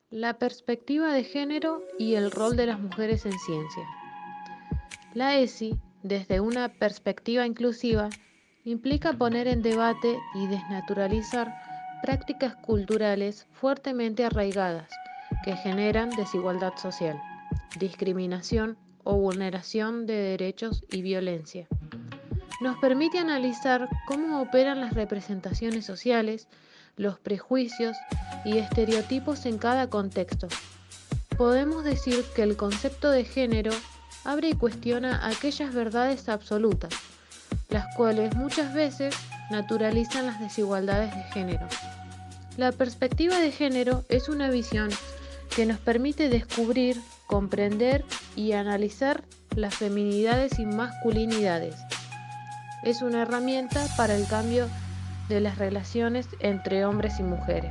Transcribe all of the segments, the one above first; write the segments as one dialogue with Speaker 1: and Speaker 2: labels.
Speaker 1: La perspectiva de género y el rol de las mujeres en ciencia. La ESI, desde una perspectiva inclusiva, implica poner en debate y desnaturalizar prácticas culturales fuertemente arraigadas que generan desigualdad social, discriminación o vulneración de derechos y violencia. Nos permite analizar cómo operan las representaciones sociales, los prejuicios y estereotipos en cada contexto. Podemos decir que el concepto de género abre y cuestiona aquellas verdades absolutas, las cuales muchas veces naturalizan las desigualdades de género. La perspectiva de género es una visión que nos permite descubrir, comprender y analizar las feminidades y masculinidades. Es una herramienta para el cambio de las relaciones entre hombres y mujeres.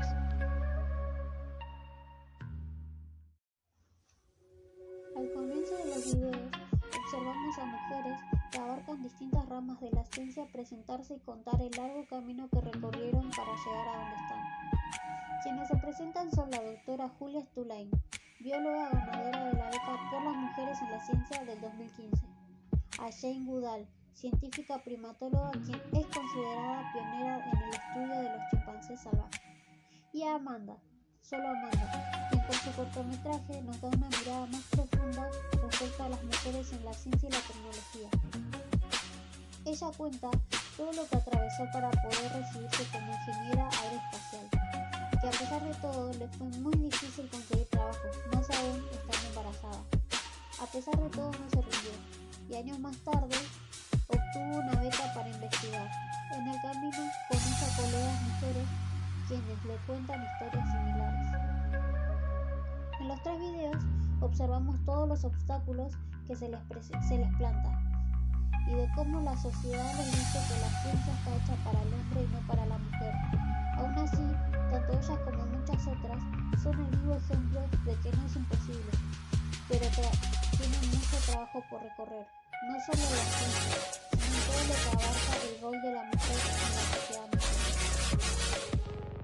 Speaker 2: Al comienzo de los videos, observamos a mujeres que abarcan distintas ramas de la ciencia presentarse y contar el largo camino que recorrieron para llegar a donde están. Quienes se presentan son la doctora Julia Stulain, bióloga ganadora de la beca por las mujeres en la ciencia del 2015, a Jane Goodall, científica primatóloga quien es considerada pionera en el estudio de los chimpancés salvajes, y a Amanda, solo Amanda, quien con su cortometraje nos da una mirada más profunda respecto a las mujeres en la ciencia y la tecnología. Ella cuenta todo lo que atravesó para poder recibirse como ingeniera aeroespacial, que a pesar de todo le fue muy difícil conseguir trabajo, más aún estando embarazada. A pesar de todo no se rindió, y años más tarde obtuvo una beca para investigar. En el camino conoce a colegas mujeres quienes le cuentan historias similares. En los 3 videos observamos todos los obstáculos que se les planta y de cómo la sociedad les dice que la ciencia está hecha para el hombre y no para la mujer. Aún así, tanto ellas como muchas otras son el vivo ejemplo de que no es imposible, pero tienen mucho trabajo por recorrer, no solo la ciencia, sino todo lo que abarca el rol de la mujer en la sociedad moderna.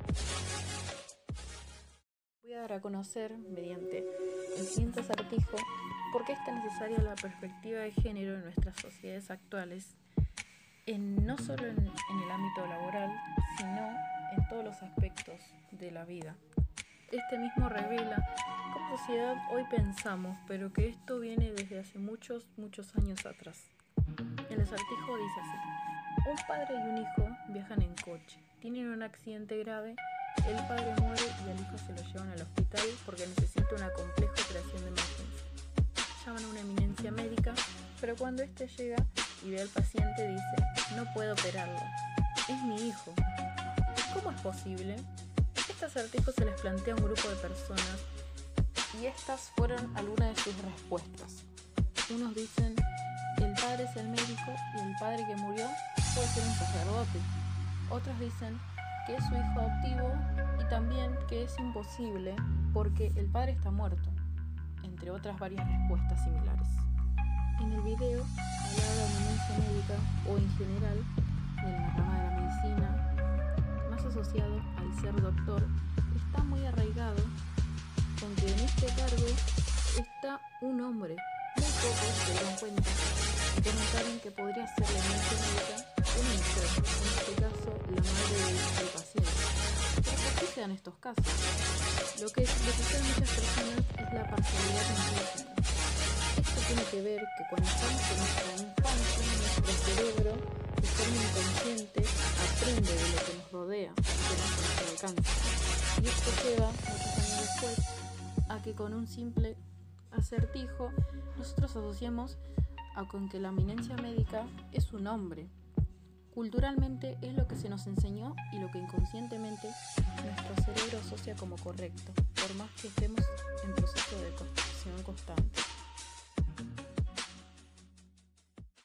Speaker 3: Voy a dar a conocer, mediante el siguiente acertijo, por qué es tan necesaria la perspectiva de género en nuestras sociedades actuales, no solo en el ámbito laboral, sino en todos los aspectos de la vida. Este mismo revela cómo sociedad hoy pensamos, pero que esto viene desde hace muchos años atrás. El acertijo dice así: un padre y un hijo viajan en coche, tienen un accidente grave, el padre muere y al hijo se lo llevan al hospital porque necesita una compleja operación de emergencia. Llaman a una eminencia médica, pero cuando éste llega y ve al paciente dice: no puedo operarlo, es mi hijo. ¿Cómo es posible? Este acertijo se les plantea a un grupo de personas y estas fueron algunas de sus respuestas. Unos dicen: el padre es el médico y el padre que murió puede ser un sacerdote. Otros dicen que es su hijo adoptivo y también que es imposible porque el padre está muerto, entre otras varias respuestas similares. En el video hablaba de la eminencia médica o en general de la rama de la medicina, más asociado al ser doctor, está muy arraigado con que en este cargo está un hombre. Muy pocos se dieron cuenta y comentaron que podría ser la eminencia médica una mujer, en este caso la madre del paciente. ¿Pero por qué se dan estos casos? Lo que sucede a muchas personas es la parcialidad implícita. Esto tiene que ver que cuando estamos en nuestra infancia, nuestro cerebro, de forma inconsciente, aprende de lo que nos rodea y que no está a nuestro alcance. Y esto lleva, muchos años después, a que con un simple acertijo nosotros asociamos a con que la eminencia médica es un hombre. Culturalmente es lo que se nos enseñó y lo que inconscientemente nuestro cerebro asocia como correcto, por más que estemos en proceso de construcción constante.